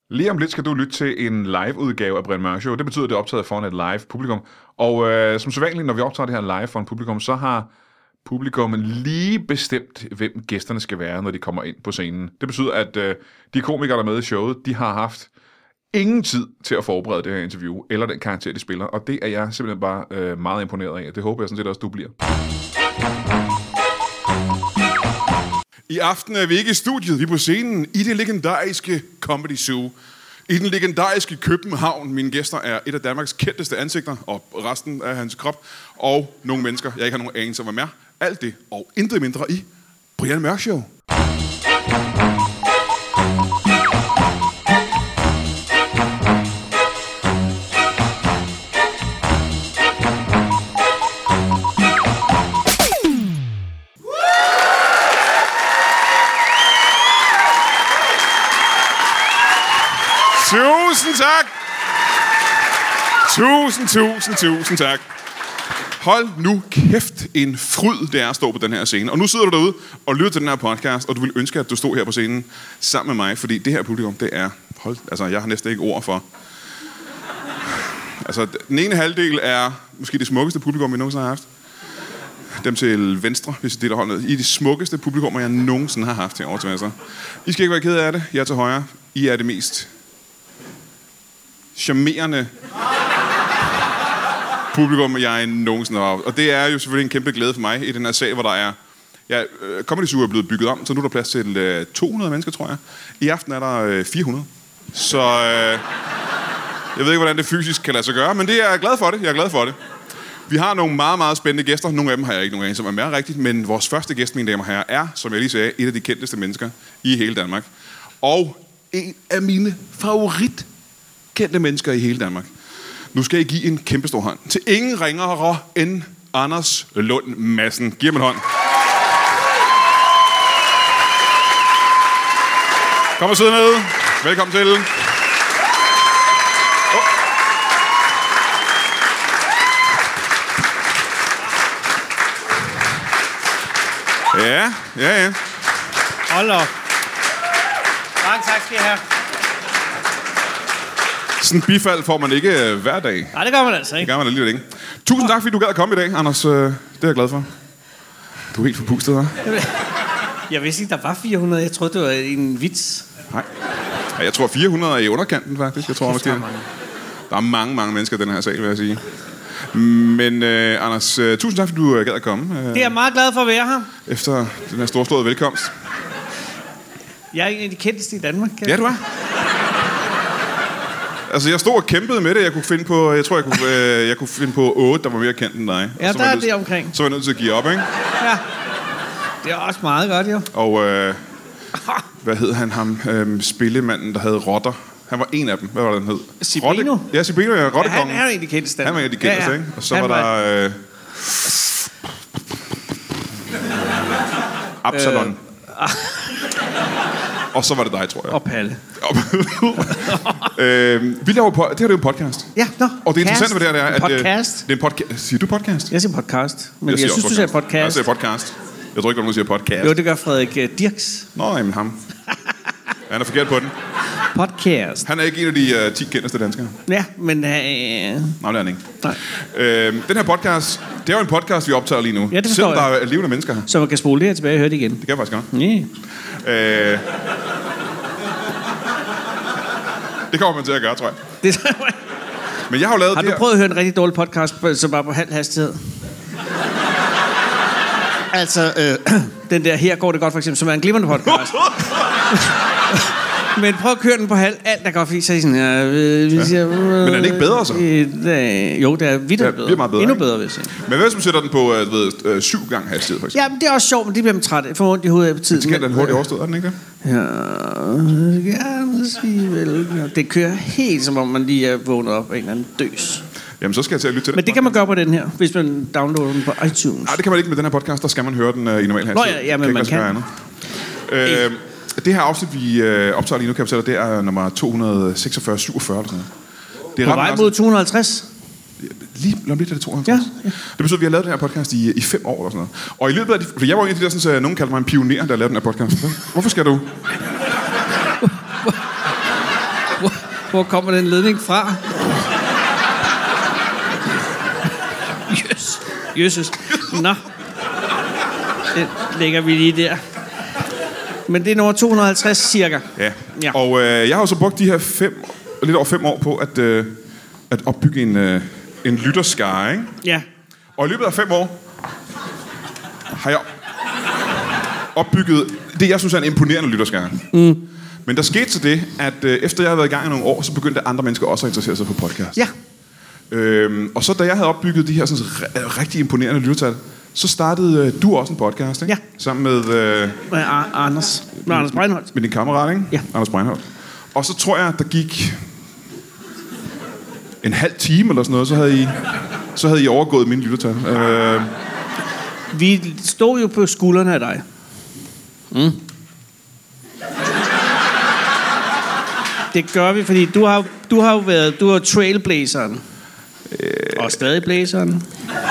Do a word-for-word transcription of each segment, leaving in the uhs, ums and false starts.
Lige om lidt skal du lytte til en live-udgave af Brian Mørk Show. Det betyder, at det er optaget foran et live publikum. Og øh, som sædvanligt, når vi optager det her live foran publikum, så har publikummet lige bestemt, hvem gæsterne skal være, når de kommer ind på scenen. Det betyder, at øh, de komikere, der er med i showet, de har haft ingen tid til at forberede det her interview, eller den karakter, de spiller. Og det er jeg simpelthen bare øh, meget imponeret af. Det håber jeg sådan set også, du bliver. I aften er vi ikke i studiet, vi er på scenen i det legendariske Comedy Zoo. I den legendariske København. Mine gæster er et af Danmarks kendteste ansigter, og resten af hans krop, og nogle mennesker, jeg ikke har nogen anelse om, hvem er. Alt det, og intet mindre i Brian Mørk Show. Tusind tak! Tusind, tusind, tusind tak. Hold nu kæft en fryd, det er at stå på den her scene. Og nu sidder du derude og lytter til den her podcast, og du vil ønske, at du stod her på scenen sammen med mig, fordi det her publikum, det er... Hold, altså, jeg har næsten ikke ord for. Altså, den ene halvdel er måske det smukkeste publikum, vi nogensinde har haft. Dem til venstre, hvis I deler hånden ned. I er det smukkeste publikum, jeg nogensinde har haft herovre til venstre. I skal ikke være kede af det. Jeg er til højre. I er det mest charmerende publikum, jeg nogensinde har haft. Og det er jo selvfølgelig en kæmpe glæde for mig i den her sag, hvor der er... Ja, Comedy Zoo er blevet bygget om, så nu er der plads til to hundrede mennesker, tror jeg. I aften er der fire hundrede. Så øh, jeg ved ikke, hvordan det fysisk kan lade sig gøre, men det er jeg glad for det. Jeg er glad for det. Vi har nogle meget, meget spændende gæster. Nogle af dem har jeg ikke nogen af, som er mere rigtigt, men vores første gæst, mine damer og herrer, er, som jeg lige sagde, et af de kendteste mennesker i hele Danmark. Og en af mine favorit kendte mennesker i hele Danmark. Nu skal jeg give en kæmpe stor hånd til ingen ringere end Anders Lund Madsen. Giv mig en hånd. Kom og sidde ned. Velkommen til. Oh. Ja, ja, ja. Hold op. Mange tak skal I have. Sådan en bifald får man ikke øh, hver dag. Nej, det gør man altså ikke. Det gør man alligevel ikke. Tusind tak, fordi du gad at komme i dag, Anders. Øh, det er jeg glad for. Du er helt forpustet, hva'? Jeg vidste ikke, der var fire hundrede. Jeg troede, det var en vits. Nej. Ja, jeg tror, fire hundrede er i underkanten, faktisk. Jeg tror, måske, der er mange, mange mennesker i den her sal, vil jeg sige. Men øh, Anders, øh, tusind tak, fordi du gad at komme. Øh, det er jeg meget glad for at være her. Efter den her storslåede velkomst. Jeg er en af de kendteste i Danmark. Ja, du er. Altså, jeg stod og kæmpede med det. Jeg kunne finde på, jeg tror, jeg kunne, øh, jeg kunne finde på otte, der var mere kendt end dig. Ja, der er det omkring. Så var jeg nødt til at give op, ikke? Ja. Det er også meget godt, jo. Og øh, hvad hed han ham? Øh, spillemanden, der havde rotter. Han var en af dem. Hvad var det, han hed? Cibino? Rotte... Ja, Cibino, ja. Rottekongen. Ja, han er en af de kendteste. Han var en af de kendteste, ja, ja. Ikke? Og så han var der... Øh... Absalon. Øh... Og så var det dig, tror jeg. Og Palle. øh, vi laver po- det her er jo en podcast. Ja, nå. Og det interessante ved det her er, at... Podcast? Det er en podcast. Siger du podcast? Jeg siger podcast. Men jeg, jeg jeg synes, podcast. du siger podcast. Jeg siger podcast. Jeg tror ikke, nogen siger podcast. Jo, det gør Frederik uh, Dirks. Nå, jamen ham. Han er forkert på den. Podcast. Han er ikke en af de uh, ti kendteste danskere. Ja, men... Uh... Nej, det er han ikke. Nej. Øh, den her podcast, det er jo en podcast, vi optager lige nu. Ja, det selvom der jeg. er levende mennesker her. Så man kan spole det her tilbage og høre det igen. Det kan jeg faktisk godt. Yeah. Øh, det kommer man til at gøre, tror jeg. Det Men jeg har jo lavet Har det du prøvet at høre en rigtig dårlig podcast, som var på halv hastighed? Altså, øh, den der Her går det godt, for eksempel, som er en glimrende podcast. Men prøv at køre den på halv. Alt er godt, fordi så er sådan her... Øh, ja. siger, øh, Men er det ikke bedre, så? Øh, jo, det er vidt ja, bedre. Meget bedre. Endnu ikke? bedre, vil jeg sige. Men hvis man sætter den på øh, ved, øh, syv gange hastighed, for eksempel? Ja, men det er også sjovt, men det bliver man træt af. For ondt i hovedet af på tiden. Det skal den hurtigt overstået, er den ikke det? Ja, jeg vil gerne sige vel. Det kører helt, som om man lige er vågnet op af en eller anden døs. Jamen, så skal jeg til at lytte til det. Men det kan man gøre på den her, hvis man downloader den på iTunes. Nej, det kan man ikke med den her podcast. Der skal man høre den uh, i normal hastighed. Nå ja, ja, men man kan. Øh, det her afsnit, vi øh, optager lige nu, kan jeg fortælle, det er nummer to hundrede seksogfyrre syvogfyrre eller sådan noget. Det er på vej mod to hundrede og halvtreds? Lige om lidt er det to hundrede og halvtreds. Ja, ja. Det betyder, at vi har lavet den her podcast i, i fem år eller sådan noget. Og i løbet af de... For jeg var en af de der, sådan, så nogen kaldte mig en pioner, der lavede den her podcast. Hvorfor skal du... Hvor, hvor kommer den ledning fra? Jøs. Jesus. Nå. Den lægger vi lige der. Men det er nummer to hundrede og halvtreds cirka. Ja. Ja. Og øh, jeg har jo så brugt de her fem, lidt over fem år på at, øh, at opbygge en, øh, en lytterskare, ikke? Ja. Og i løbet af fem år har jeg opbygget det, jeg synes er en imponerende lytterskare. Mm. Men der skete så det, at øh, efter jeg havde været i gang i nogle år, så begyndte andre mennesker også at interessere sig for podcast. Ja. Øhm, og så da jeg havde opbygget de her sådan, r- rigtig imponerende lyttertal, så startede øh, du også en podcast, ikke? Ja. Sammen med... Øh, Med Ar- Anders. Med Anders Breinholt. med din kammerat, ikke? Ja. Anders Breinholt. Og så tror jeg, der gik en halv time eller sådan noget, så havde I, så havde I overgået mine lyttertal. Øh, Vi stod jo på skuldrene af dig. Mm. Det gør vi, fordi du har, du har jo været... Du er trailblazeren. Øh. Og stadig blazeren.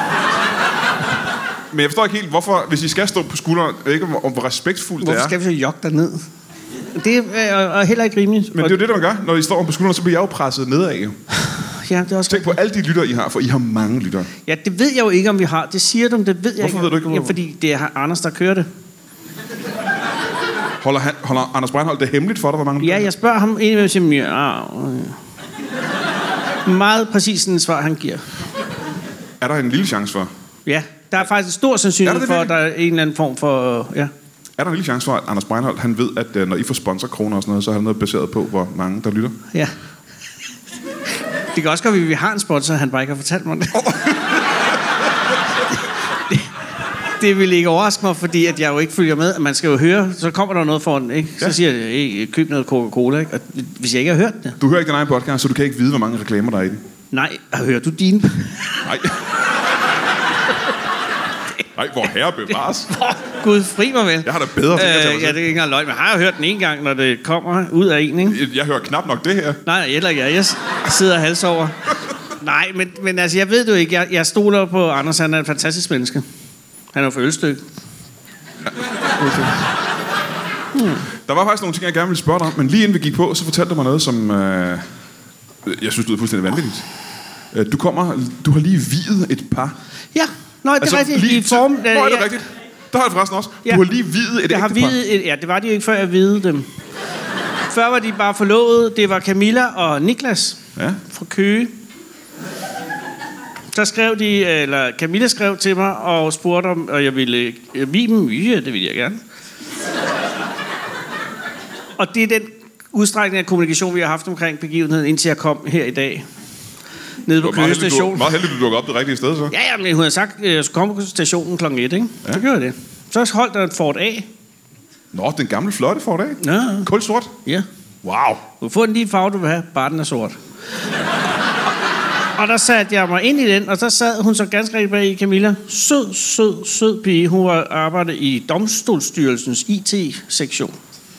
men jeg forstår ikke helt, hvorfor, hvis I skal stå på skulderen, jeg ved ikke, hvor, hvor respektfuldt Hvorfor det er. skal vi så jogge derned? Det er, er heller ikke rimeligt. Men det er jo det, man gør. Når I står på skulderen, så bliver jeg jo presset nedad. Jo. Ja, det er også Tænk på alle de lyttere, I har, for I har mange lyttere. Ja, det ved jeg jo ikke, om vi har. Det siger du, men det ved jeg Hvorfor ikke. ved du ikke, Ja, hvor- fordi det er Anders, der kører det. Holder, han, holder Anders Breinholt det hemmeligt for dig, hvor mange lyttere? Ja, jeg spørger ham ind og siger, ja, øh. meget præcis en svar, han giver. Er der en lille chance for? Ja, der er faktisk en stor sandsynlighed Er der det for, at der er en eller anden form for... Ja. Er der en lille chance for, at Anders Breinholt, han ved, at øh, når I får sponsorkroner og sådan noget, så er han noget baseret på, hvor mange der lytter? Ja. Det kan også godt være, at vi har en sponsor, han bare ikke har fortalt mig det. det. Det vil ikke overraske mig, fordi at jeg jo ikke følger med. Man skal jo høre, så kommer der noget foran, ikke? Så Ja. siger jeg, hey, køb noget Coca-Cola, ikke? Og hvis jeg ikke har hørt det. Du hører ikke din egen podcast, så du kan ikke vide, hvor mange reklamer der er i den. Nej, hører du dine? Nej. Nej, hvor herre bevares. Gud, fri mig vel. Jeg har da bedre ting at tage mig øh, Ja, til. det er ikke engang løgn, men har jeg hørt den en gang, når det kommer ud af en, ikke? Jeg, jeg hører knap nok det her. Nej, heller ikke jeg. Jeg sidder hals over. Nej, men, men altså, jeg ved det jo ikke. Jeg, jeg stoler på Anders, han er et fantastisk menneske. Han er jo for ølstykke. Der var faktisk nogle ting, jeg gerne ville spørge dig om, men lige inden vi gik på, så fortalte du mig noget, som øh, jeg synes, du er fuldstændig vanvittigt. Øh, Du kommer, du har lige viet et par. Ja, nå, det er rigtigt. lige I form, til, Nå, er det ja. rigtigt? Der har jeg forresten også. Ja. Du har lige viet et Jeg har ægtepar. videt, et, ja, det var de jo ikke, før jeg videde dem. Før var de bare forlovet. Det var Camilla og Niklas Ja. fra Køge. Så skrev de, eller Camilla skrev til mig og spurgte om, og jeg ville øh, vie dem. Ja, det ville jeg gerne. Og det er den udstrækning af kommunikation, vi har haft omkring begivenheden, indtil jeg kom her i dag. Nede på Det var meget Køge heldigt, du, station. meget heldigt, du dukker op det rigtige sted, så. Ja, ja, men hun havde sagt, at jeg skulle komme på stationen klokken et, ikke? Ja. Så gjorde jeg det. Så holdt der et Ford A. Nå, den gamle flotte Ford A. Ja. Kul sort. Ja. Wow. Du får den lige farve, du vil have, bare den er sort. Og der satte jeg mig ind i den, og der sad hun så ganske rigtig bag i Camilla. Sød, sød, sød pige. Hun var arbejdet i Domstolsstyrelsens I T-sektion.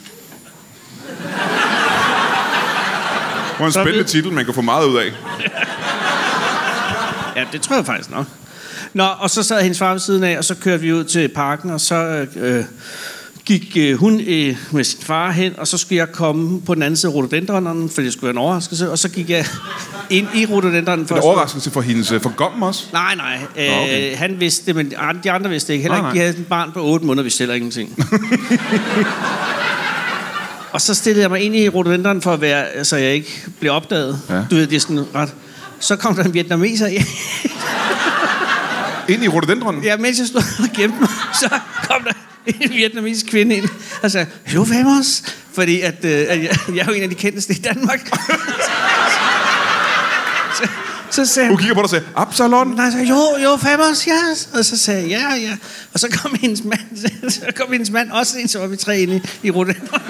Det var en Så spændende ved- titel, man kan få meget ud af. Ja, det tror jeg faktisk nok. Nå, og så sad hendes far ved siden af, og så kørte vi ud til parken, og så øh, gik øh, hun øh, med sin far hen, og så skulle jeg komme på den anden side af rhododendronen, for det skulle være en overraskelse, og så gik jeg ind i rhododendronen. En overraskelse for hendes øh, for gommen også. Nej, nej. Øh, Nå, okay. Han vidste det, men de andre vidste det ikke. Heller Nej, ikke. nej. De havde et barn på otte måneder, vi stiller ingenting. Og så stillede jeg mig ind i rhododendronen for at være, så jeg ikke blev opdaget. Ja. Du ved, det er sådan ret. Så kom der en vietnameser. Ind i rhododendronen. Ja, mens jeg stod og gemte mig, så kom der en vietnamesisk kvinde ind og sagde, jo, famous, fordi at, øh, at jeg, jeg er jo en af de kendteste i Danmark. så, så sagde Hun hun, kigger på dig og siger, Absalon. nej, så, jo, jo, famous, yes. Og så sagde jeg, ja, ja. Og så kom hendes mand, så kom hendes mand også ind, så var vi tre inde i, i rhododendron.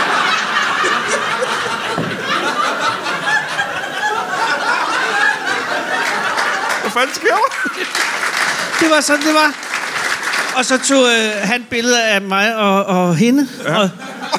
Hvad fanden sker der? Det var sådan, det var. Og så tog øh, han billeder af mig og, og hende. Ja. Og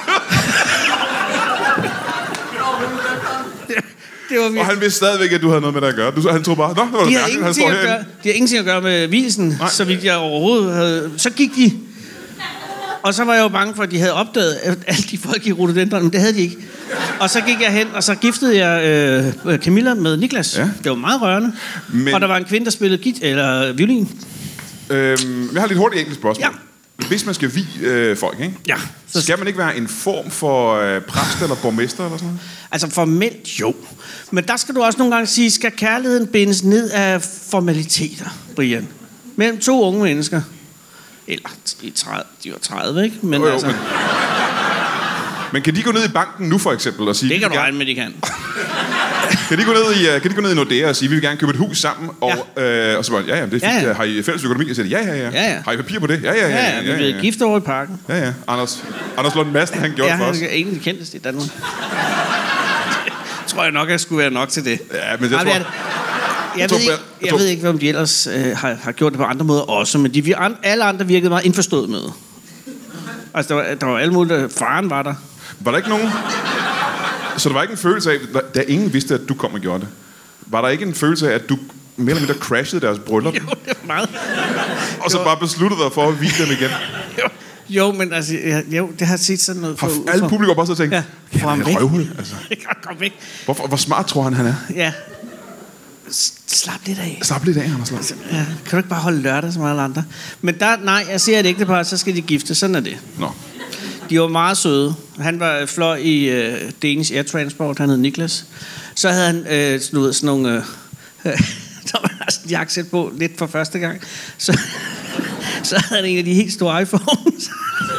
det, det var Og virkelig... han vidste stadigvæk, at du havde noget med det at gøre. Du, han troede bare, nå, det var De det har mærkeligt, han ingenting står at gøre, herinde. de har ingenting at gøre med visen, Nej. så vidt jeg overhovedet havde... Så gik de... Og så var jeg jo bange for, at de havde opdaget, at alle de folk i rhododendron, men det havde de ikke. Og så gik jeg hen, og så giftede jeg øh, Camilla med Niklas. Ja. Det var meget rørende. Men... Og der var en kvinde, der spillede git eller violin. Øhm, jeg har lidt hurtigt enkelt spørgsmål. Ja. Hvis man skal vie øh, folk, ikke? Ja. Så skal man ikke være en form for øh, præst eller borgmester eller sådan noget? Altså formelt jo. Men der skal du også nogle gange sige, skal kærligheden bindes ned af formaliteter, Brian? Mellem to unge mennesker. Eller de, tredive, de var tredive, ikke? Men, jo, jo, altså... men... men kan de gå ned i banken nu for eksempel og sige... Det kan du gerne... regne med, de kan. Kan de gå ned i, uh, kan de gå ned i Nordea og sige, vi vil gerne købe et hus sammen, og, ja. øh, og så bare, ja, ja, det er fint, ja, ja. Har I fælles økonomi? Og så siger de, ja, ja, ja, ja, ja. Har I papir på det? Ja, ja, ja. Ja, ja, vi er blevet gift over i parken. Ja, ja. Anders, Anders Lund Madsen, han gjorde ja, det for os. Ja, han er en af de kendteste i Danmark. tror jeg nok, at skulle være nok til det. Ja, men jeg tror... Jeg, jeg, ved, ikke, jeg ved ikke, om de ellers øh, har, har gjort det på andre måder også, men de, alle andre virkede meget indforstået med. Altså, der var, der var alle mulige... Faren var der. Var der ikke nogen... Så der var ikke en følelse af, da ingen vidste, at du kom og gjorde det. Var der ikke en følelse af, at du mere eller mindre crashede deres bryllup? Jo, det var meget. Og så bare besluttede dig for at vise dem igen? Jo, jo men altså, jo, det har set sådan noget... Har for, alle publikum bare så tænkt, ja, få ham væk. Røvhul, altså. Kom væk. Hvorfor, hvor smart tror han, han er? Ja. Slap lidt af. Slap lidt af, Anders Lund. Ja, kan du ikke bare holde lørdag som alle andre? Men der, nej, jeg ser et ægtepar, så skal de gifte. Sådan er det. Nå. De var meget søde. Han var fløj i uh, Danish Air Transport, han hed Niklas. Så havde han uh, sådan, sådan nogle... Uh, der var sådan en jakkesæt på, lidt for første gang. Så, så havde han en af de helt store iPhones.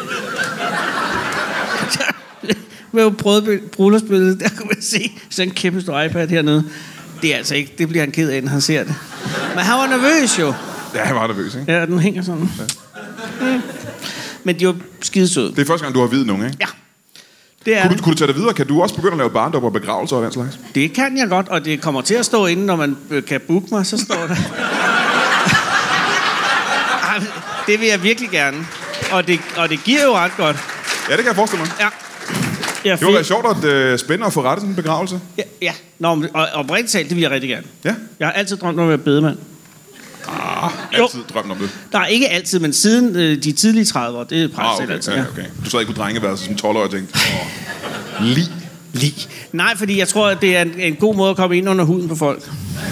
Med bruddersbilledet, der kunne man se sådan en kæmpe stor iPad hernede. Det er altså ikke, det bliver han ked af, når han ser det. Men han var nervøs jo. Ja, han var nervøs, ikke? Ja, den hænger sådan. Ja. Ja. Men de var skidesøde. Det er første gang, du har videt nogen, ikke? Ja. Det er kunne, du, kunne du tage det videre? Kan du også begynde at lave barndom og begravelser og den slags? Det kan jeg godt, og det kommer til at stå inde, når man kan booke mig, så står der. Det vil jeg virkelig gerne. Og det, og det giver jo ret godt. Ja, det kan jeg forestille mig. Ja. Det var sjovt og uh, spændende at få rettet sådan en begravelse. Ja, ja. Nå, og, og bredt talt, det vil jeg rigtig gerne. Ja. Jeg har altid drømt om at være bedemand. Ah, altid drømt om det. Nej, ikke altid, men siden øh, de tidlige trediver, det er præcis ah, okay, altid. Ja, okay. Du sad ikke på drengeværelset som tolv-årig og tænkte, åh, lig. Lig. Nej, fordi jeg tror, at det er en, en god måde at komme ind under huden på folk.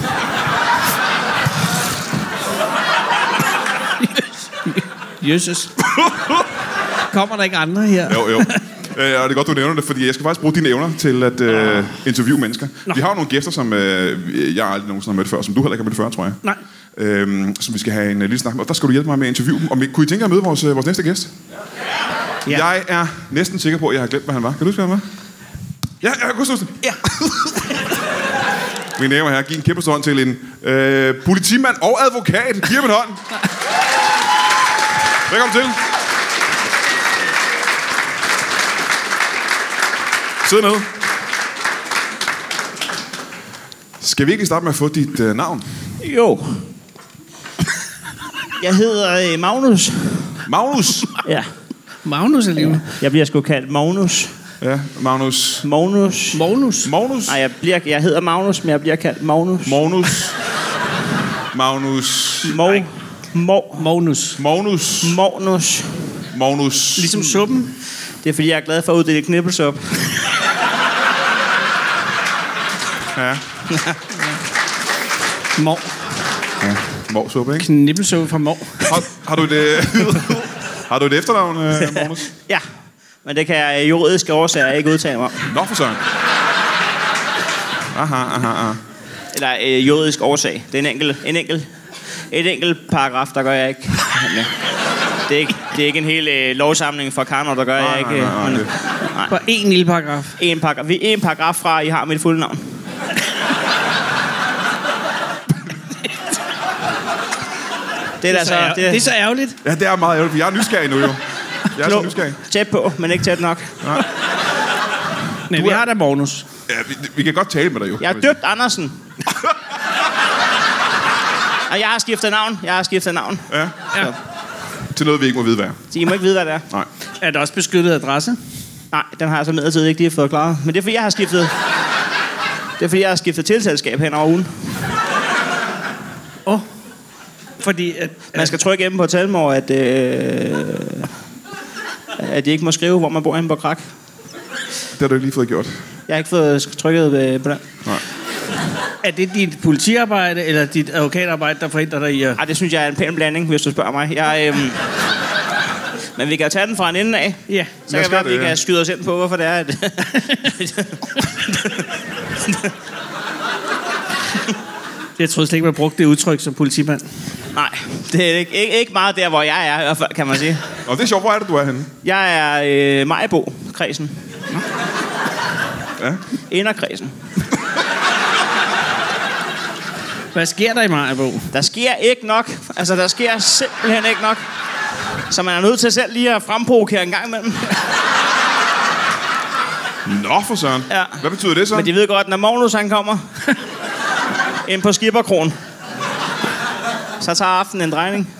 Jesus. Kommer der ikke andre her? Jo, jo. Øh, og det er godt, du nævner det, fordi jeg skal faktisk bruge dine evner til at øh, interviewe mennesker. Nå. Vi har jo nogle gæster, som øh, jeg aldrig nogensinde har mødt før, som du heller ikke har mødt før, tror jeg. Nej. Øhm, som vi skal have en uh, lille snak med. Og der skal du hjælpe mig med at interviewe dem. Og kunne I tænke jer at møde vores, uh, vores næste gæst? Ja. Jeg er næsten sikker på, at jeg har glemt, hvad han var. Kan du huske, hvad han var? Ja, jeg kan huske det. Ja. Mine damer og herrer, giv en kæmpe hånd til en øh, politimand og advokat. Giv ham en hånd. Velkommen til. Sid ned. Skal vi ikke starte med at få dit øh, navn? Jo. Jeg hedder øh, Magnus. Magnus? Ja. Magnus er livet. Jeg bliver sgu kaldt Magnus. Ja, Magnus. Magnus. Magnus. Magnus? Nej, jeg, bliver, jeg hedder Magnus, men jeg bliver kaldt Magnus. Magnus. Magnus. Mo. Mo. Magnus. Magnus. Magnus. Magnus. Ligesom suppen. Det er, fordi jeg er glad for at uddele knibbelsup. Ja. Mor. Ja. Morsuppe, ikke? Knibbelsuppe fra mor. Har, har du det... har du et efternavn, uh, Magnus? Ja, men det kan jeg juridiske årsager ikke udtale mig om. Nå, for søren. Aha, aha, aha. Eller øh, juridisk årsag. Det er en enkelt, en enkelt, et enkelt paragraf, der gør jeg ikke. Det er ikke, det er ikke en hel øh, lovsamling fra Karno, der gør nej, jeg ikke. Nej, nej, nej, men, nej. Bare én lille paragraf. En paragraf. Vi er en paragraf fra, I har mit fulde navn. Det er, det, er så, så, det, er, det er så ærgerligt. Ja, det er meget ærgerligt, for jeg er nysgerrig nu jo. Jeg er så nysgerrig. Tæt på, men ikke tæt nok. Nej. Nej, vi har da Magnus. Ja, vi, vi kan godt tale med dig jo. Jeg er døbt Andersen. Og jeg har skiftet navn. Jeg har skiftet navn. Ja. Ja. Til noget, vi ikke må vide, hvad er. Så I må ikke vide, hvad det er. Nej. Er der også beskyttet adresse? Nej, den har jeg så midlertidigt ikke lige fået klaret. Men det er, fordi jeg har skiftet... Det er, fordi jeg har skiftet tilselskab hen over ugen. Åh. Oh. Fordi at, Man skal trykke hjemme på Telmor, at... Øh, At de ikke må skrive, hvor man bor henne på Krak. Det har du ikke lige fået gjort. Jeg har ikke fået trykket øh, på den. Nej. Er det dit politiarbejde eller dit advokatarbejde, der forhindrer dig i at... Ej, det synes jeg er en pæn blanding, hvis du spørger mig. Jeg, øhm... Men vi kan jo tage den fra en ende af. Ja. Så kan det være, at vi kan skyde os ind på, hvorfor det er, at... Jeg troede slet ikke, man brugte det udtryk som politimand. Nej, det er ikke, ikke, ikke meget der, hvor jeg er, i hvert fald, kan man sige. Og det er sjovt, hvor er det, du er henne? Jeg er øh, Majbo-kredsen. Ja. Inderkredsen. Hvad sker der i Maribo? Der sker ikke nok. Altså, der sker simpelthen ikke nok. Så man er nødt til selv lige at fremprovokere en gang imellem. Nå, for søren. Ja. Hvad betyder det så? Men de ved godt, når Magnus han kommer ind på Skipperkron, så tager aftenen en drejning.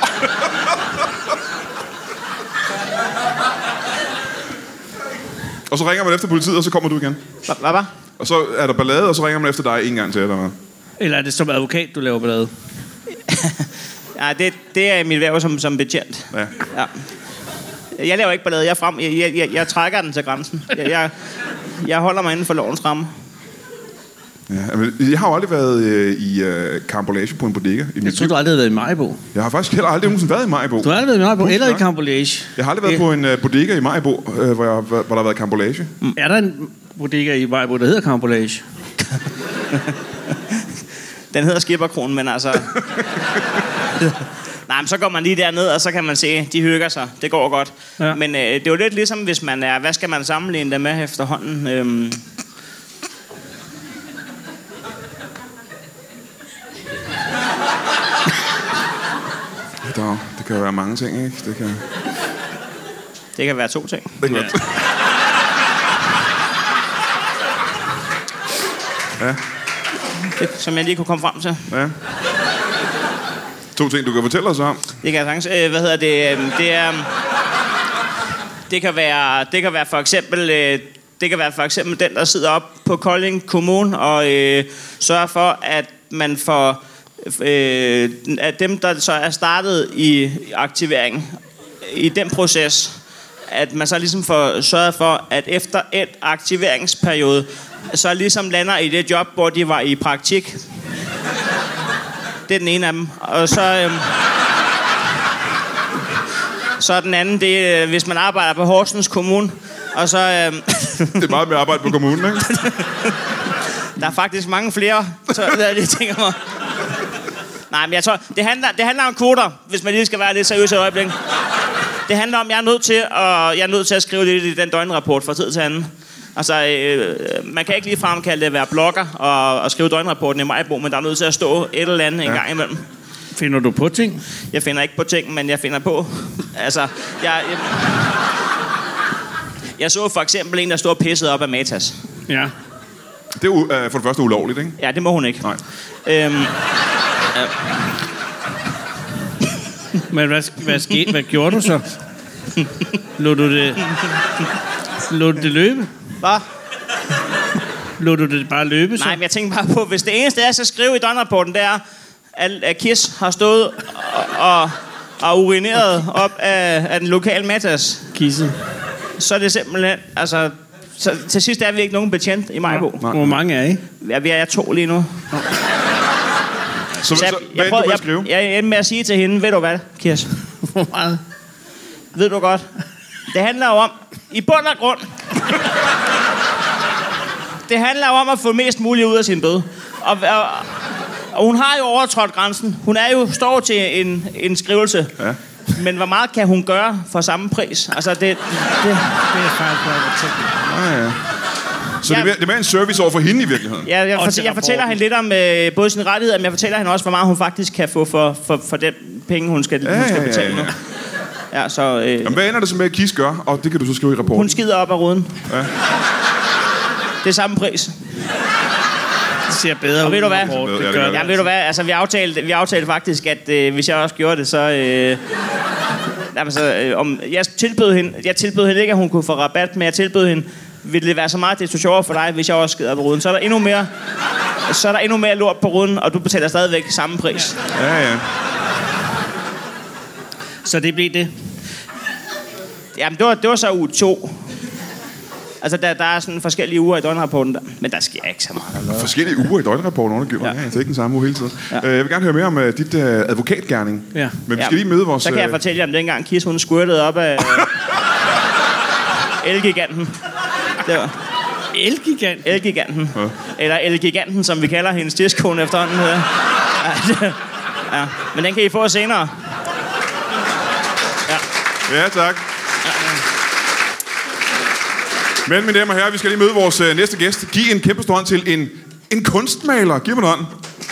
Og så ringer man efter politiet, og så kommer du igen. Hvad var? Og så er der ballade, og så ringer man efter dig en gang til, eller hvad? Eller er det som advokat, du laver ballade? Ja, det, det er mit værv som, som betjent. Ja. Ja. Jeg laver ikke ballade. Jeg, frem, jeg, jeg, jeg, jeg trækker den til grænsen. Jeg, jeg, jeg holder mig inden for lovens ramme. Ja, men jeg har jo aldrig været øh, i øh, karambolage på en bodega. I Jeg tror du aldrig har været i Maribo. Jeg har faktisk heller aldrig nogensinde været i Maribo. Du har aldrig været i Maribo, Puh, eller i nej. karambolage. Jeg har aldrig været Eh. på en øh, bodega i Maribo, øh, hvor, jeg, hvor der har været karambolage. Mm. Er der en bodega i Maribo, der hedder karambolage? Den hedder Skipperkronen, men altså... Nej, men så går man lige derned, og så kan man se, de hygger sig. Det går godt. Ja. Men øh, det er jo lidt ligesom, hvis man er... Hvad skal man sammenligne det med efterhånden? Øhm... Der, det kan jo være mange ting, ikke? Det kan, Det kan være to ting. det kan ja. godt. Ja. Det, som jeg lige kunne komme frem til. Ja. To ting, du kan fortælle os om. Det kan jeg sagtens. Øh, hvad hedder det? Øhm, Det er... Det kan være, det kan være for eksempel... Øh, det kan være for eksempel den, der sidder op på Kolding Kommune og øh, sørger for, at man får... Øh, at dem, der så er startet i aktivering, i den proces, at man så ligesom får sørget for, at efter et aktiveringsperiode, så ligesom lander i det job, hvor de var i praktik. Det er den ene af dem. Og så... Øh, så er den anden, det er, hvis man arbejder på Horsens Kommune, og så... Øh, Det er meget med arbejde på kommunen, ikke? der er faktisk mange flere, så det er det, tænker mig. Nej, men jeg tror, det handler, det handler om kvoter, hvis man lige skal være lidt seriøs i øjeblik. Det handler om, jeg er nødt til at, jeg er nødt til at skrive lidt i den døgnrapport fra tid til anden. Altså, øh, man kan ikke lige fremkalde det at være blogger og, og skrive døgnrapporten i Majbo, men der er nødt til at stå et eller andet ja. en gang imellem. Finder du på ting? Jeg finder ikke på ting, men jeg finder på... Altså, jeg... Jeg, jeg så for eksempel en, der stod pisset op af Matas. Ja. Det er jo øh, for det første ulovligt, ikke? Ja, det må hun ikke. Nej. Øhm, Men hvad, hvad skete? Hvad gjorde du så? Lod du det... Lod du det løbe? hvad? Lod du det bare løbe så? Nej, men jeg tænker bare på, hvis det eneste, jeg skal skrive i døgnrapporten, det er, at Kiss har stået og, og, og urineret op af, af den lokale Matas, Kisse. så er det simpelthen... Altså, så til sidst er vi ikke nogen betjent i Majbo. Hvor mange er I? Ja, vi er to lige nu. Så, Så jeg, så hvad jeg, er det, prøvede, du vil jeg, skrive? jeg, jeg endte med at sige til hende, ved du hvad, Kirs? Hvor meget? Ved du godt? Det handler jo om, i bund og grund, det handler jo om at få mest muligt ud af sin bøde. Og, og, og hun har jo overtrådt grænsen. Hun er jo står til en, en skrivelse. Ja. Men hvor meget kan hun gøre for samme pris? Altså, det... det Det er faktisk bare at tænke. Ah, ja. Så Ja. det, er, mere- det er mere en service over for hende i virkeligheden? jeg, jeg, Og fortæ- til jeg fortæller rapporten. hende lidt om øh, både sine rettigheder, men jeg fortæller hende også, hvor meget hun faktisk kan få for, for, for den penge, hun skal, Ja, hun skal ja, ja, betale ja. nu. Ja, så... Øh, Jamen, hvad ender det så med, at Kiss gør? Og det kan du så skrive i rapporten. hun skider op af ruden. Ja. Det er samme pris. Det ser bedre Og ud. ved du hvad? Rapport. Ja, Det det gør gør det. Ja, ved du hvad? Altså, vi aftalte, vi aftalte faktisk, at øh, hvis jeg også gjorde det, så... Øh, jamen, så øh, om, jeg, tilbød hende, jeg tilbød hende ikke, at hun kunne få rabat, men jeg tilbød hende, ville det være så meget desto sjovere for dig, hvis jeg også skider på ruden. Så er der endnu mere, så er der endnu mere lort på ruden, og du betaler stadigvæk samme pris. Ja, ja. Så det blev det. Jamen, det var, det var så uge to. Altså, der, der er sådan forskellige uger i døgnrapporten, der. Men der sker ikke så meget. Forskellige uger i døgnrapporten undergiver. Ja. Ja, altså ikke den samme uge hele tiden. Ja. Uh, jeg vil gerne høre mere om uh, dit uh, advokatgerning. Ja. Men vi skal Ja. lige møde vores... Så kan jeg fortælle jer om dengang Kis, hun squirtede op af Elgiganten. Det var Elgigant. Elgiganten. Ja. Eller Elgiganten, som vi kalder hendes tidskone efterhånden. Hedder. Ja, det- ja. Men den kan I få senere. Ja, tak. Men, mine damer og herrer, vi skal lige møde vores uh, næste gæst. Giv en kæmpe stor hånd til en, en kunstmaler. Giv mig en hånd.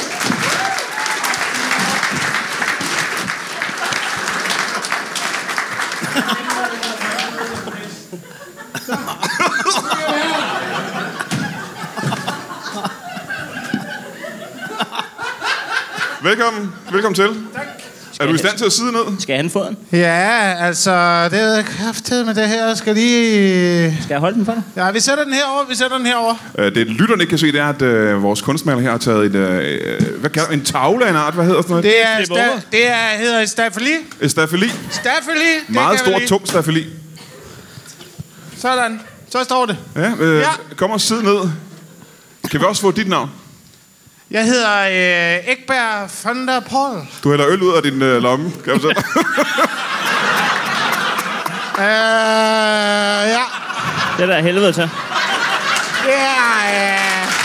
Velkommen. Velkommen til. Tak. Er du i stand til at sidde ned? Skal jeg have få den? Ja, altså, det er kraftigt med det her. Jeg skal lige... Skal jeg holde den for dig? Ja, vi sætter den herover. Vi sætter den herover. Uh, det lytterne ikke kan se, det er, at uh, vores kunstmaler her har taget et, uh, hvad kalder, en tavle af en art. Hvad hedder sådan noget? Det er, Flip over. sta- det er hedder et staffeli. Et staffeli. Staffeli. det Meget kan vi stor, lige- tung staffeli. Sådan. Så står det. Ja, øh, Ja. kom og sid ned. Kan vi også få dit navn? Jeg hedder øh, Ekberg van der Pol. Du hælder øl ud af din øh, lomme, kan jeg fortælle. Øh, ja. Det er der helvede til. Ja, øh.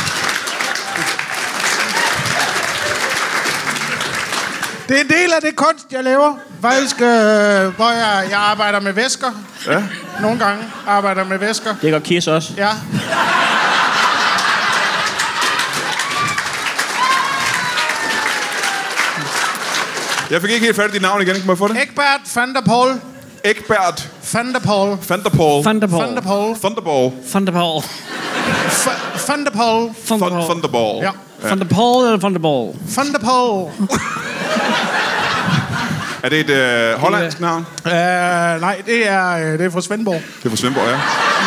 Det er en del af det kunst, jeg laver. Faktisk, øh, hvor jeg, jeg arbejder med væsker. Ja. Nogle gange arbejder med væsker. Det gør Kis også. Ja. Jeg fik ikke helt fat i dit navn igen. Må jeg få det? Ekbert van der Pol. Egbert Van der Pol. van der Pol. Van der Pol. Van der Pol. Thunderball. Van der Pol. Fa- Van der Pol. Van der Thun- Pol. Thunderball. Ja. Van der Pol eller Van der Pol? Van der Pol. Er det et øh, hollandsk navn? Uh, nej, det er, øh, det er fra Svendborg. Det er fra Svendborg, ja.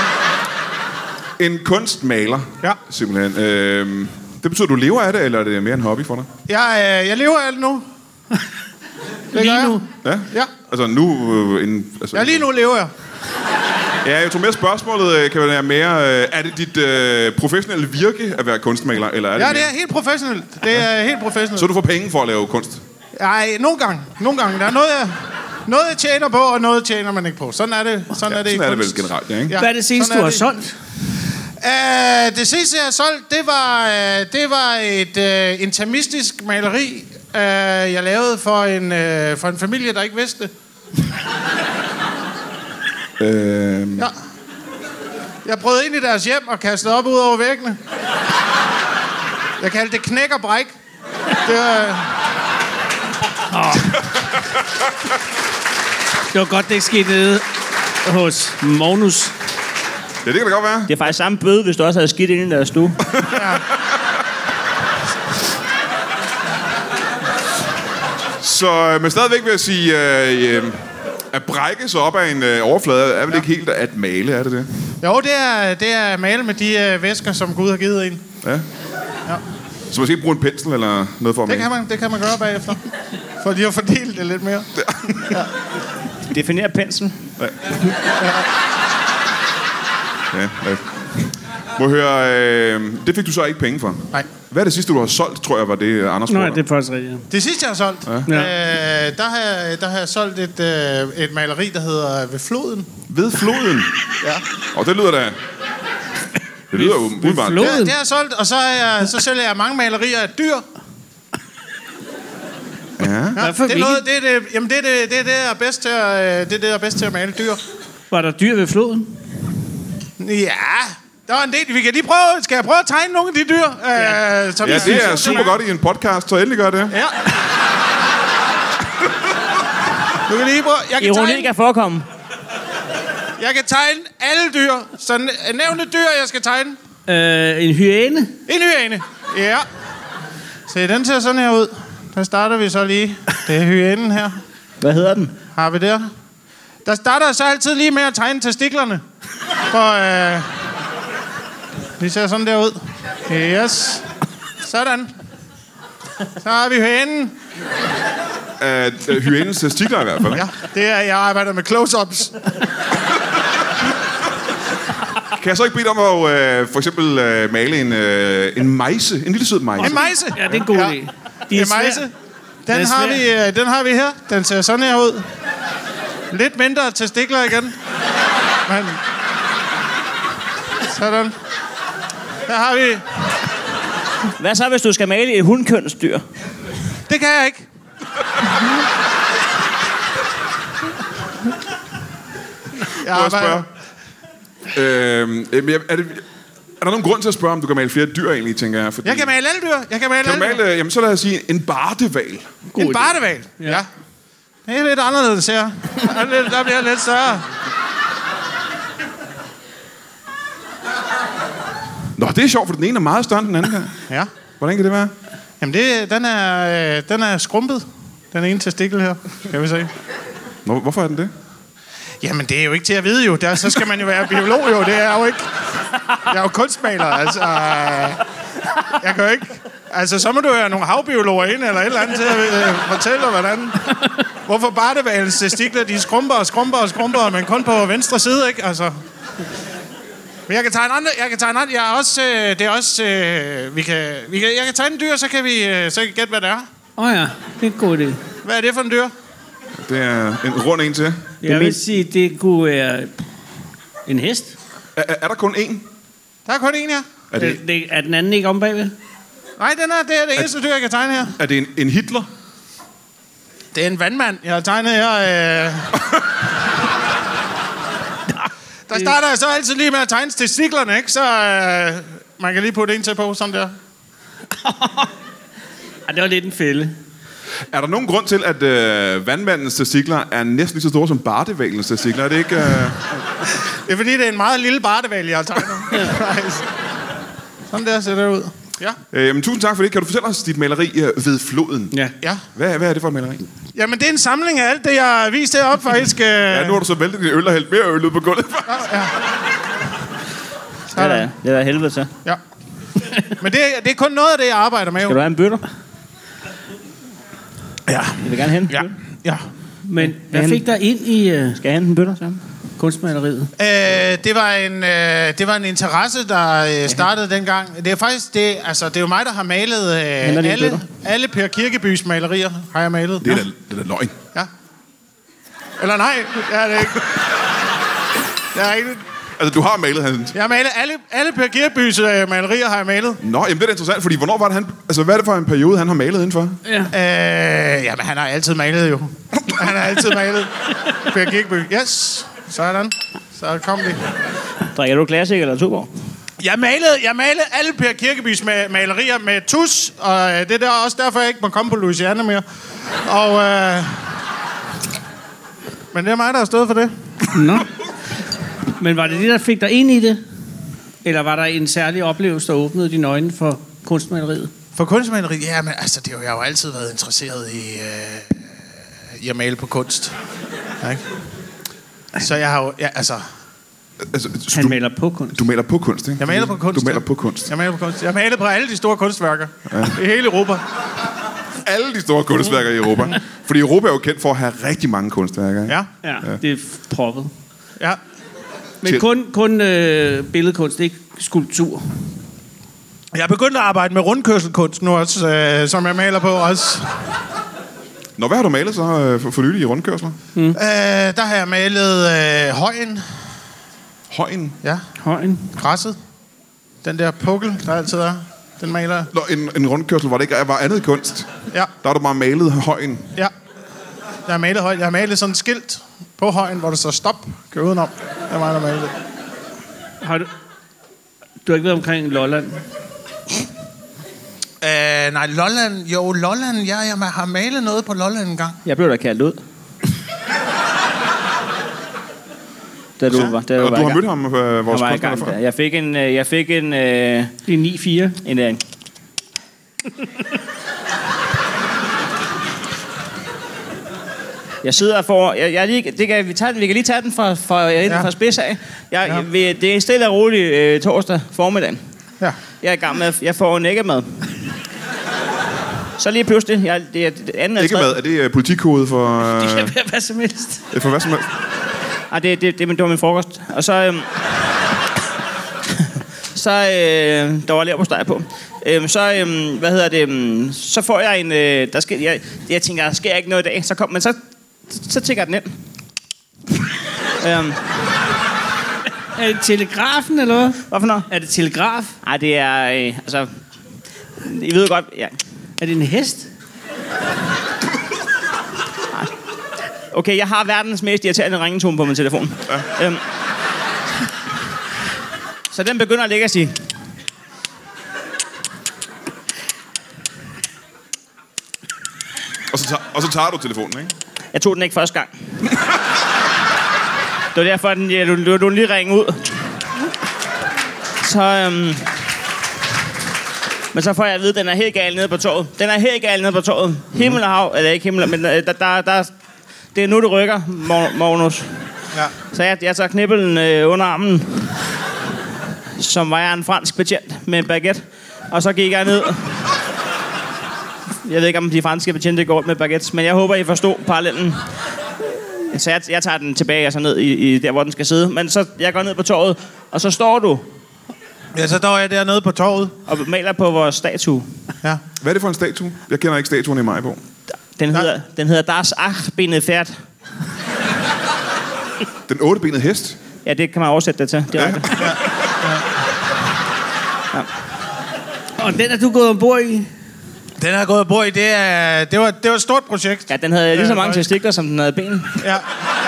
En kunstmaler. Ja. Simpelthen. Øh, det betyder, at du lever af det, eller er det mere en hobby for dig? Jeg, øh, jeg lever af det nu. Det gør Lige jeg. nu. Ja. Ja. Altså nu... Øh, en, altså, Ja, lige nu lever jeg. Ja, jeg tror mere spørgsmålet øh, kan være mere... Øh, er det dit øh, professionelle virke at være kunstmaler, eller er det Ja, mere? det er helt professionelt. Det er helt professionelt. Så du får penge for at lave kunst? Nej, nogle gange. Nogle gange. Der er noget, jeg, noget, jeg tjener på, og noget tjener man ikke på. Sådan er det. Sådan Ja, er det i sådan er det kunst. vel generelt, ja, ikke? Ja, Hvad er det seneste, sådan du er har det. solgt? Uh, det sidste, jeg har solgt, det var, uh, det var et uh, intermistisk maleri, uh, jeg lavede for en, uh, for en familie, der ikke vidste det. Øh, Ja. Jeg brød ind i deres hjem og kastede op ud over væggene. Jeg kaldte det knæk og bræk. Det var, Det var godt, det ikke skete nede hos Magnus. ja, det kan da godt være. Det er faktisk samme bøde, hvis du også havde skidt inde i deres stue. Så, øh, men stadigvæk vil jeg sige, øh, øh, at brække sig op af en øh, overflade er vel ja. ikke helt at male, er det det? jo, det er, det er at male med de uh, væsker, som Gud har givet en. Ja. ja. Så man skal ikke bruge en pensel eller noget for at Det male? kan man, det kan man gøre bagefter. For de har fordelt det lidt mere. Definer pensel. Ja, ja. Må jeg høre, øh, det fik du så ikke penge for? Nej. Hvad er det sidste, du har solgt, tror jeg, var det, Anders Nej, spurgte det er faktisk rigtigt. Ja. Det sidste, jeg har solgt, ja. øh, der, har jeg, der har jeg solgt et, øh, et maleri, der hedder Ved floden. Ved floden? Ja. Og det lyder da... Det lyder jo umiddelbart. floden? Det, det har jeg solgt, og så, har jeg, så sælger jeg mange malerier af dyr. Ja. Ja, Hvorfor det er noget, det er det, jamen det er det, det, er det, jeg er bedst til at, øh, det er det, jeg er bedst til at male dyr. Var der dyr ved floden? Ja, der var en del. Vi kan lige prøve, skal jeg prøve at tegne nogle af de dyr? Ja, øh, som Ja, jeg det er synes, super godt i en podcast, så endelig gør det. Ja. Du kan lige prøve. Jeg kan, Ironi tegne, kan forekomme. jeg kan tegne alle dyr. Så nævn et dyr, jeg skal tegne. Øh, en hyæne? En hyæne. Ja. Se, den ser sådan her ud. Der starter vi så lige. Det er hyænen her. Hvad hedder den? Har vi der? Der starter jeg så altid lige med at tegne testiklerne. For øh, de ser sådan der ud. Yes. Sådan. Så har vi hyænen. At uh, hyænens testikler i hvert fald. Ja, det er, jeg arbejder med close-ups. Kan jeg så ikke bede dig om at øh, for eksempel øh, male en, øh, en mejse? En lille sød mejse. En mejse? Ja, det er en god Ja. idé. De er En mejse. svære. Den er har, vi, øh, den har vi her. Den ser sådan her ud. Lidt mindre testikler igen. Men... Sådan. Her har vi... Hvad så, hvis du skal male et hundkønsdyr? Det kan jeg ikke. Jeg Må jeg arbejder. spørge? Øhm, øh, er, det, er der nogen grund til at spørge, om du kan male flere dyr egentlig, tænker jeg? Fordi, Jeg kan male alle dyr. Jeg kan male kan du alle dyr. male, jamen så lad os sige, en bardeval. En bardeval. Ja. ja. Det er lidt anderledes her. Der, er lidt, der bliver lidt større. Nå, det er sjovt, for den ene er meget større end den anden her. Ja. Hvordan kan det være? Jamen, det, den, er, øh, den er skrumpet. Den ene testikel her, kan vi se. Nå, hvorfor er den det? Jamen, det er jo ikke til at vide jo. Der, så skal man jo være biolog jo. Det er jo ikke... Jeg er jo kunstmaler, altså... Jeg kan jo ikke... Altså, så må du have nogle havbiologer ind eller et eller andet til at øh, fortælle, hvordan... Hvorfor bardevalens testikler, de skrumper og skrumper og skrumper, men kun på venstre side, ikke? Altså... Men jeg kan tegne andre... Jeg kan tegne andre... Jeg er også... Øh, det er også... Øh, vi kan, vi kan, jeg kan tegne en dyr, så kan vi øh, så kan I gætte, hvad det er. Åh oh ja, det er en god idé. Hvad er det for en dyr? Det er en rund en til. Jeg vil sige, det kunne være en hest. Er, er, er der kun én? Der er kun en her. Er det, Er, det, er den anden ikke om bagved? Nej, den er, det er det eneste dyr, jeg kan tegne her. er det en, en Hitler? Det er en vandmand, jeg har tegnet her. Øh... Der starter jeg så altid lige med at tegne testiklerne, ikke? Så øh... man kan lige putte en til på, sådan der. Ej, det var lidt en fælde. Er der nogen grund til, at øh, vandmandens testikler er næsten lige så store som bardevalens testikler? Er det ikke... Øh... Det er fordi, det er en meget lille bardeval, jeg har tegnet. Sådan der ser det ud. Ja. Øh, jamen, tusind tak for det. Kan du fortælle os dit maleri øh, ved floden? Ja. Ja. Hvad, hvad er det for et maleri? Jamen, det er en samling af alt det, jeg har vist deroppe, faktisk. Øh... Ja, nu har du så væltet din øl og hældt mere øl ud på gulvet. Ja. Det er da, det er da helvede til. Ja. Men det, det er kun noget af det, jeg arbejder med. Jo. Skal du have en bøtter? Ja. Jeg vil gerne hente Ja. en bøtter. Ja. Men hvad fik der ind i uh, Skal jeg hente en bøtter sammen? kunstmaleriet? Øh, det, var en, øh, det var en interesse, der øh, startede dengang. Det er faktisk det, altså, det er jo mig, der har malet øh, alle, alle Per Kirkebys malerier, har jeg malet. Det er da, det er da løgn. Ja. Eller nej, det er det ikke. Det er ikke. Altså, du har malet hans... Jeg har malet alle, alle Per Kirkebys øh, malerier, har jeg malet. Nå, jamen det er da interessant, fordi hvornår var det han... Altså, hvad er det for en periode, han har malet indenfor? Ja. Øh, jamen, han har altid malet jo. Han har altid malet. Per Kirkeby. Yes. Sådan. Så kom vi. Drikker du Classic eller Tuborg? Jeg malede, jeg malede alle Per Kirkebys ma- malerier med tus, og øh, det er der også derfor, jeg ikke må komme på Louisiana mere. Og, øh, men det er mig, der har stået for det. Nå. Men var det det, der fik dig ind i det? Eller var der en særlig oplevelse, der åbnede dine øjne for kunstmaleriet? For kunstmaleri, ja, men altså, det har jeg jo altid været interesseret i, øh, i at male på kunst. Ja, ikke? Så jeg har jo, ja, altså... Altså, Han du, maler på kunst. du maler på kunst, ikke? Jeg maler på kunst. Du maler ja. på kunst. Jeg maler på kunst. Jeg maler på alle de store kunstværker. Ja. I hele Europa. Alle de store kunstværker i Europa. Fordi Europa er jo kendt for at have rigtig mange kunstværker, ikke? Ja, Ja, det er proppet. ja. Men Til- kun, kun øh, billedkunst, ikke skulptur. Jeg er begyndt at arbejde med rundkørselkunst nu også, øh, som jeg maler på også. Nå, hvad har du malet så øh, for, for nylig i rundkørsler? Mm. Øh, der har jeg malet øh, højen. Højen? Ja, Højen. græsset. Den der pukkel, der altid er. Den maler jeg. Nå, en, en rundkørsel, hvor det ikke var andet kunst. Ja, Der har du bare malet højen. ja. Jeg har malet højen. Jeg har malet sådan et skilt på højen, hvor der står stop. Kør udenom. Det er mig, der malet. Har du... Du har ikke været omkring Lolland? Øh, nej, Lolland. Jo, Lolland. Ja, jeg har malet noget på Lolland en gang. Jeg blev da kaldt ud. Da du var, da du Og var du i har gang. mødt ham, øh, vores Jeg var i kunstner gang før. der. Jeg fik en... øh, Jeg fik en... Øh, Det er ni fire. en øh, Jeg sidder for... Jeg, jeg lige, det kan, vi, tager, den- vi kan lige tage den fra, fra, ja. Ja. fra spids af. Jeg, Ja. ja. Det er en stille og rolig øh, torsdag formiddag. Ja. Jeg er i gang med... Jeg får nækkemad. Så lige pludselig... Jeg, det er det andet Ikke mad. Er det øh, politikkode for... Øh, Det kan være hvad som helst. for hvad som helst? Ah, det, det, det, det var min frokost. Og så... Øhm, så øh, der var leverpostej på. Øh, så, øh, hvad hedder det, øh, så får jeg en, øh, der sker, jeg, jeg tænker, der sker ikke noget i dag, så kom, men så, så tækker den ind. øhm. Er det telegrafen, eller hvad? Hvad for noget? Er det telegraf? Nej, det er, øh, altså, I ved godt, ja. Er det en hest? Okay, jeg har verdens mest irriterende ringetone på min telefon. Ja. Øhm. Så den begynder at ligge og sige... Og så, tager, og så tager du telefonen, ikke? Jeg tog den ikke første gang. Det var derfor, at den, ja, du, du, du lige ringe ud. Så, øhm, men så får jeg at vide, at den er helt gal nede på toget. Den er helt gal nede på toget. Himmel og hav, eller ikke himmel, men der, der, der, det er nu, det rykker, Magnus. Ja. Så jeg, jeg tager knibbelen øh, under armen, som var jeg en fransk betjent med en baguette. Og så gik jeg ned. Jeg ved ikke, om de franske betjente går med baguettes, men jeg håber, I forstod parallellen. Så jeg, jeg tager den tilbage og så ned i, i der, hvor den skal sidde. Men så jeg går ned på torvet, og så står du Ja, så står jeg dernede på torvet. og maler på vores statue. Ja. Hvad er det for en statue? Jeg kender ikke statuen i Majbo. Den hedder, den hedder Das Achtbenede Pferd. Den ottebenede hest? Ja, det kan man oversætte det til. Det er ja. Og den er du gået ombord i? Den har gået ombord i, det, er, det, var, det var et stort projekt. Ja, den havde lige så Ja, mange højt. testikler, som den havde ben. Ja,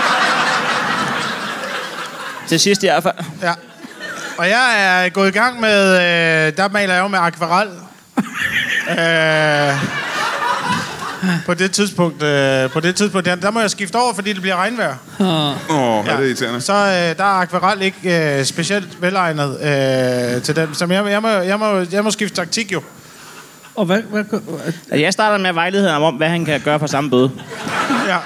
Til sidst i hvert fald. ja. Og jeg er gået i gang med, øh, der maler jeg jo med akvarel. øh, på det tidspunkt, øh, på det tidspunkt der, der må jeg skifte over, fordi det bliver regnvejr. Åh, oh, ja. Er det irriterende. Så øh, der er akvarel ikke øh, specielt velegnet øh, til den. Så jeg, jeg, må, jeg, må, jeg må skifte taktik jo. Og hvad, hvad, hvad, Altså, jeg starter med at vejlede ham om, hvad han kan gøre for samme bøde. Ja.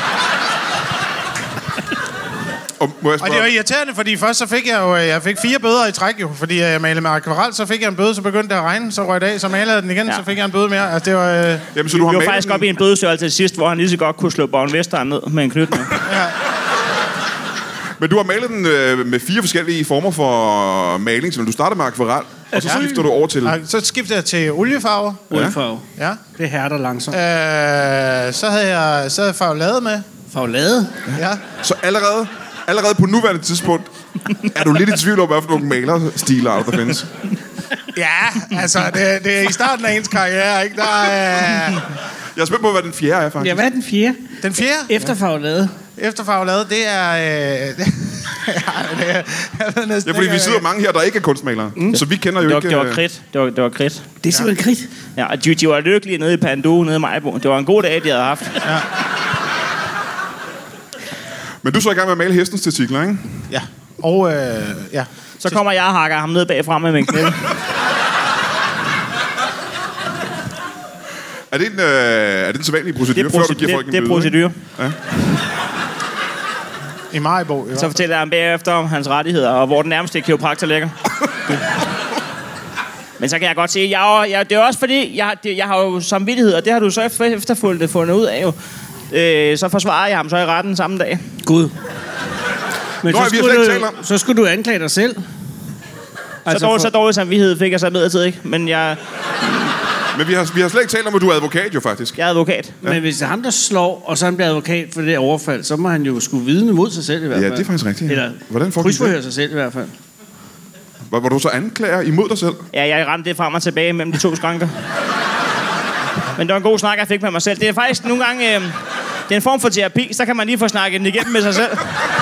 Og, må jeg Og det spørge, var irriterende, fordi først så fik jeg jo jeg fik fire bøder i træk jo, fordi jeg malede med akvarel, så fik jeg en bøde, så begyndte det at regne, så røg det af, så malede jeg den igen, Ja. ja. Så fik jeg en bøde mere. Altså det var øh, jamen, så du har Vi var malet faktisk den- op i en bødestørrelse til sidst, hvor han lige så godt kunne slå Borgen Vesteren ned med en knytning. Men du har malet den øh, med fire forskellige former for maling, så du starter med akvarel, og så Ja. skifter du over til... og så skiftede jeg til oliefarver. Olifarve. Ja. Det hærder langsomt. Øh, så havde jeg så havde jeg farvelade med. Farvelade? Ja. Så allerede, allerede på nuværende tidspunkt er du lidt i tvivl om, hvad for nogle malerstiler der findes. Ja, altså det, det er i starten af ens karriere, ikke? Der er, Jeg er spændt på, hvad den fjerde er, faktisk. Ja, hvad er den fjerde? den fjerde Efter farvelade. efter farvelade, det er øh, det, ja, det er, jeg ved næsten Ja, fordi ikke, vi sidder mange her, der ikke er kunstmalere. Mm. Så vi kender jo Det var, ikke... det var øh, kridt. Det var, det var kridt. Det er simpelthen kridt. Ja, og de, de var lykkelige nede i Pandu, nede i Majbo. Det var en god dag, de havde haft. Men du er så i gang med at male hestens testikler, ikke? Ja. Og øh, ja. Så kommer jeg og hakker ham ned bagfra med min knæppe. Er det en, øh, er det en sædvanlig Det procedure, er, før du proce- giver folk det, en det er bøde? ikke? procedure. I Maribo. Så fortæller jeg ham bagefter om hans rettigheder, og hvor den nærmeste kiropraktor ligger. Men så kan jeg godt sige, jeg, jeg, det er også fordi, jeg, det, jeg har jo samvittighed, og det har du så efter, efterfølgende fundet ud af jo. Øh, så forsvarer jeg ham så i retten samme dag. Gud. Men Nå, så, vi har skulle slet ikke du, talt om- så skulle du anklage dig selv. Altså så, dårlig, så dårlig samvittighed fik jeg så midlertidigt, ikke? Men jeg, Men vi har, vi har slet ikke talt om, at du er advokat jo, faktisk. jeg er advokat. Men hvis det er ham, der slår, og så han bliver advokat for det overfald, så må han jo skulle vidne mod sig selv i hvert Ja, fald. det er faktisk rigtigt. Eller Hvordan foregik krydsforhøre det? sig selv i hvert fald. Var, var du så anklager imod dig selv? Ja, jeg rendte det frem og tilbage mellem de to skranker. Men det var en god snak, jeg fik med mig selv. Det er faktisk nogle gange... Øh, det er en form for terapi, så kan man lige få snakket den igennem med sig selv.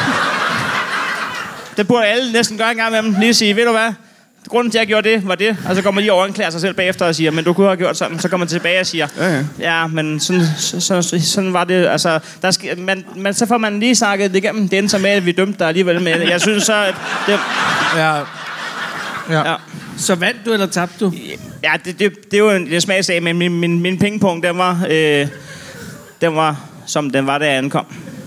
Det burde alle næsten gøre en gang med dem. Lige sige, ved du hvad? Grunden til, at jeg gjorde det, var det. Og så går man lige over og anklager sig selv bagefter og siger, men du kunne have gjort sådan. Så kommer man tilbage og siger, Ja, ja. ja men sådan, så, så, sådan var det. Altså, der skal, man, man, så får man lige snakket det igennem. Det endte så med, at vi dømte dig alligevel med. Jeg synes så, at det, Ja. ja. Så vandt du, eller tabte du? Ja, det, det, det er jo en, en smagsag, men min, min, min pengepunkt, den var, øh, den var, som den var, da jeg ankom.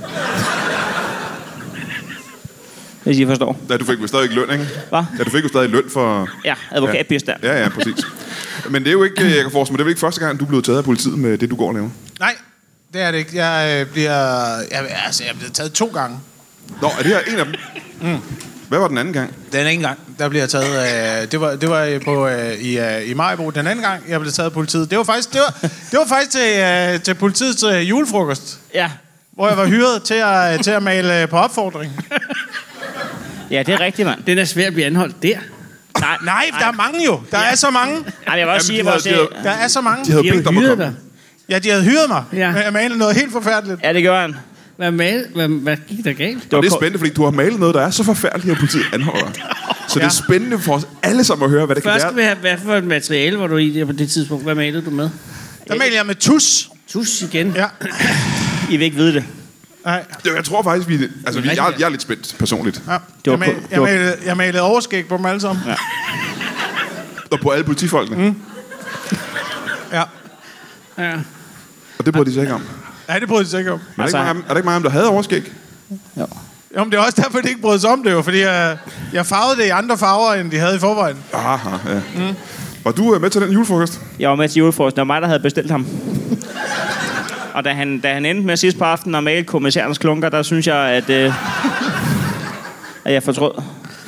Hvis I forstår. Ja, du fik jo stadig løn, ikke? Hvad? Ja, du fik jo stadig løn for... Ja, advokatbistand. Ja. Ja, ja, præcis. Men det er jo ikke, jeg kan forestille mig, det er vel ikke første gang, du er blevet taget af politiet med det, du går og laver? Nej, det er det ikke. Jeg øh, bliver, jeg, altså, jeg er blevet taget to gange. Nå, er det her en af dem? Hvad var den anden gang? Den anden gang, der bliver jeg taget... Øh, det var, det var på, øh, i, øh, i Majbo. Den anden gang, jeg blev taget af politiet. Det var faktisk, det var, det var faktisk til, øh, til politiets øh, julefrokost. Ja. Hvor jeg var hyret til at, til at male øh, på opfordring. Ja, det er rigtigt, mand. Den er svær at blive anholdt der. Nej, Nej, der er mange jo. Der er så mange. Nej, jeg vil også sige, de at vores... havde- de Der er så mange. De havde De har bedt om at hyret komme. dig. Ja, de havde hyret mig. Ja. Men jeg malede noget helt forfærdeligt. Ja, det gør han. Hvad, mal, hvad, hvad gik der galt? Det var Og det er ko- spændende, fordi du har malet noget, der er så forfærdeligt, at politiet anholder. Så det er spændende for os alle sammen at høre, hvad det kan Først være. vil jeg have, hvad for et materiale var du i der på det tidspunkt? Hvad malede du med? Der malede jeg med tus. Tus igen. Ja. I vil ikke vide det. Nej. Det- Jeg tror faktisk, vi... Altså, vi, jeg, jeg er lidt spændt, personligt. Ja. Det Jeg, var malede, ko- det jeg, var- malede, jeg malede overskæg på dem alle sammen. Ja. Og på alle politifolkene. Mm. ja. Ja. Og det bryder de sig ikke om. Nej, det brød de sig ikke om. Men Altså- er, der ikke mange, af dem- er der ikke mange af dem, der havde overskæg? Jo. Jo, men det er også derfor, de ikke brød sig om det, jo, fordi jeg, jeg farvede det i andre farver, end de havde i forvejen. Aha, ja. Mm. Var du øh, med til den julefrokost? Jeg var med til julefrokosten. Det var mig, der havde bestilt ham. Og da han, da han endte med sidst på aftenen at male kommissærens klunker, der synes jeg, at, øh, at jeg fortrød.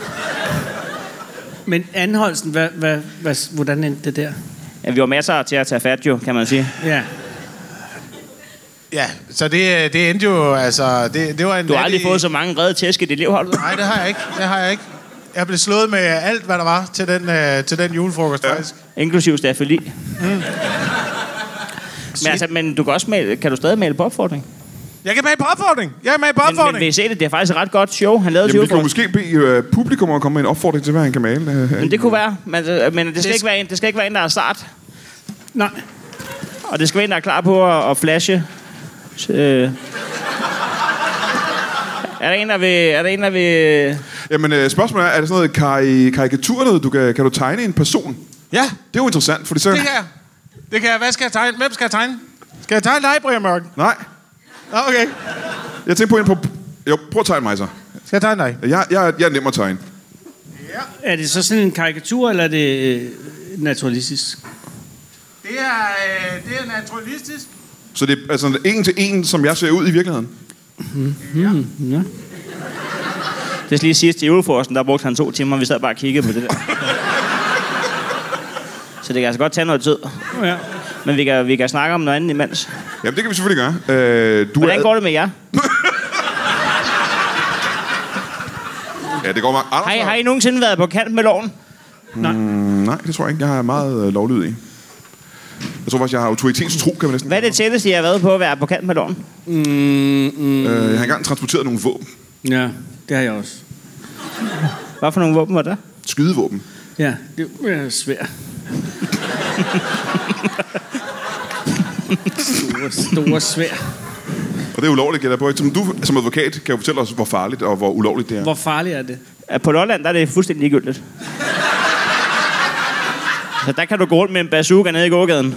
Men anholdelsen, hvad, hvad, hvad, hvordan endte det der? Ja, vi var masser til at tage fat, jo, kan man sige. Ja. Ja, så det, det endte jo, altså... Det, det var en Du har aldrig nattig- fået så mange redde tæsk i dit liv, har du? Nej, det har jeg ikke. Det har jeg ikke. Jeg blev slået med alt, hvad der var til den, øh, til den julefrokost, ja. faktisk. Inklusiv stafeli. Mm. Men, altså, men du kan også male, kan du stadig male på opfordring? Jeg kan med på opfordring. Jeg er med på Men, men opfordring. vil I se det? Det er faktisk et ret godt show, han lavede til Jamen, vi kan jo julefrokosten. måske bede uh, publikum at komme med en opfordring til, hvad han kan male. Uh, Men det kunne være. Men, øh, men det, skal Det- ikke være en, det skal ikke være en, der er start. Nej. Og det skal være en, der er klar på at, at flashe. Så, øh. Er der en, der vil... Er der en, der vil... Jamen, uh, spørgsmålet er, er det sådan noget kari- karikatur noget? Du kan, kan du tegne en person? Ja, Det er jo interessant, fordi så... det kan jeg. Det kan jeg. Hvad skal jeg tegne? Hvem skal jeg tegne? Skal jeg tegne dig, Brian Mørk? Nej, Nå, okay. jeg tænker på en på... Jo, prøv at tegne mig så. Skal jeg tegne dig? Jeg, jeg, jeg er nem at tegne. Er det så sådan en karikatur, eller er det øh, naturalistisk? Det er, øh, det er naturalistisk. Så det er altså en til en, som jeg ser ud i virkeligheden. Ja. Det skal lige siges til julefrokosten, der brugte han to timer, vi sad bare og kiggede på det der. Så det kan altså godt tage noget tid. Ja. Men vi kan, vi kan snakke om noget andet imens. Jamen, det kan vi selvfølgelig gøre. Øh, du Hvordan er... går det med jer? Ja, det går meget. Anders, Har I, har I nogensinde været på kant med loven? Nej. Mm, nej, det tror jeg ikke. Jeg er meget øh, lovlydig. Jeg tror faktisk, jeg har autoritetstro, kan man næsten. Hvad er det tætteste, I har været på at være på kant med loven? Mm, mm, Øh, jeg har engang transporteret nogle våben. ja, det har jeg også. Hvad for nogle våben var det? Skydevåben. Ja, det er svært. store, store svær. Og det er ulovligt, gætter jeg på. Som du som advokat kan jo fortælle os, hvor farligt og hvor ulovligt det er. Hvor farligt er det? At På Lolland, der er det fuldstændig ligegyldigt. Så der kan du gå rundt med en bazooka nede i gågaden.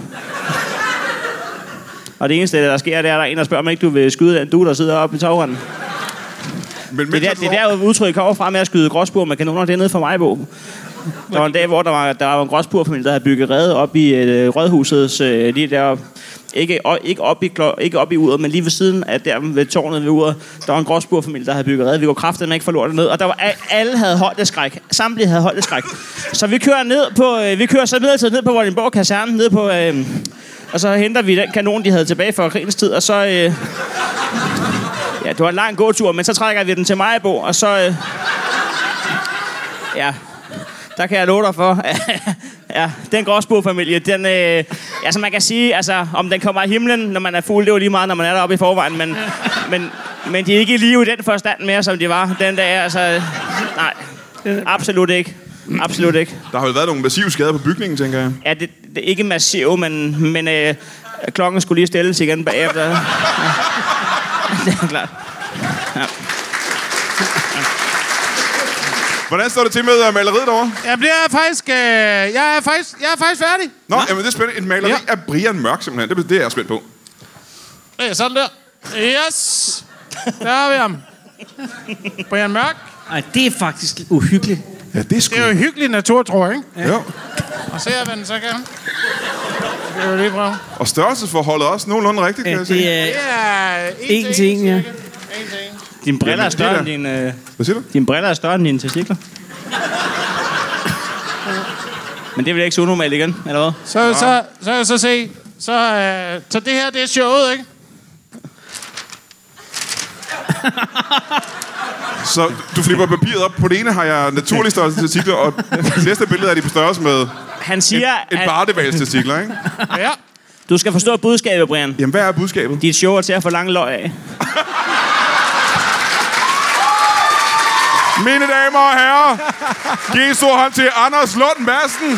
Og det eneste, der sker, det er, at der er en, der spørger, om ikke du vil skyde den du, der sidder oppe i toghånden. Men Det er der, det er der udtryk kommer fra med at skyde gråsbur med kanoner. Det er nede fra Majbo. Der var en dag, hvor der var, der var en gråsburfamilie, der havde bygget rede op i øh, rådhusets øh, lige der. Ikke, og, ikke, op i, klo- ikke op i uret, men lige ved siden af der ved tårnet ved uret. Der var en gråsburfamilie, der havde bygget rede. Vi går kraftedeme ikke for lortet ned. Og der var, alle havde højdeskræk. Samtlige havde højdeskræk. Så vi kører ned på, øh, vi kører så midlertidigt ned på Vordingborg Kaserne, ned på, øh, og så henter vi den kanon, de havde tilbage fra krigens tid, og så... Øh, ja, det var en lang gåtur, men så trækker vi den til Majbo, og så... Øh, ja, der kan jeg love dig for. Ja, den gråsburfamilie, den... Øh, altså, man kan sige, altså, om den kommer af himlen, når man er fuld, det er jo lige meget, når man er deroppe i forvejen, men, men, men de er ikke i live i den forstand mere, som de var den dag, altså... Nej, absolut ikke. Absolut ikke. Der har vel været nogle massive skader på bygningen, tænker jeg. Ja, det, det er ikke massiv, men, men øh, klokken skulle lige stilles igen bagefter. Ja. Det er klart. Ja. Hvordan står det til med uh, maleriet derovre? Jeg bliver faktisk, øh, jeg er faktisk, jeg er faktisk færdig. Nå, jamen, det er spændende. Et maleri Ja. af Brian Mørk, simpelthen. Det, det er jeg spændt på. Ja, sådan der. Yes. Der har vi ham. Brian Mørk. Ej, det er faktisk uhyggeligt. Ja, det er sgu... Det er jo hyggelig natur, tror jeg, ikke? Ja. Jo. Og se, hvad den så kan. Det kan jeg jo lige prøve. Og størrelsesforholdet også nogenlunde rigtigt, kan Ja, jeg se. det er Det er en til en, ja. En til en. Dine briller Jamen, er større det end dine... Øh, Hvad siger du? dine briller er større end dine testikler. Men det er vel ikke så unormalt igen, eller hvad? Så, så, så, så se. Så, øh, så det her, det er showet, ikke? Så du flipper papiret op. På det ene har jeg naturlig størrelse testikler, og det næste billede er de på størrelse med Han siger, en at bardevals testikler, ikke? Ja. du skal forstå budskabet, Brian. Jamen, hvad er budskabet? Dit show er til at få lang løg af. Mine damer og herrer, giv en stor hånd til Anders Lund Madsen,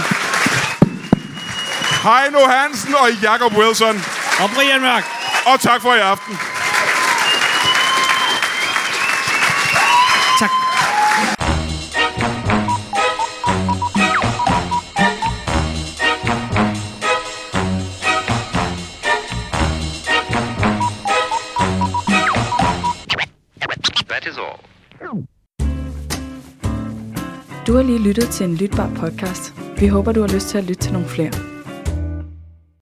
Heino Hansen og Jacob Wilson. Og Brian Mørk. Og tak for i aften. Tak. That is all. Du har lige lyttet til en lytbar podcast. Vi håber, du har lyst til at lytte til nogle flere.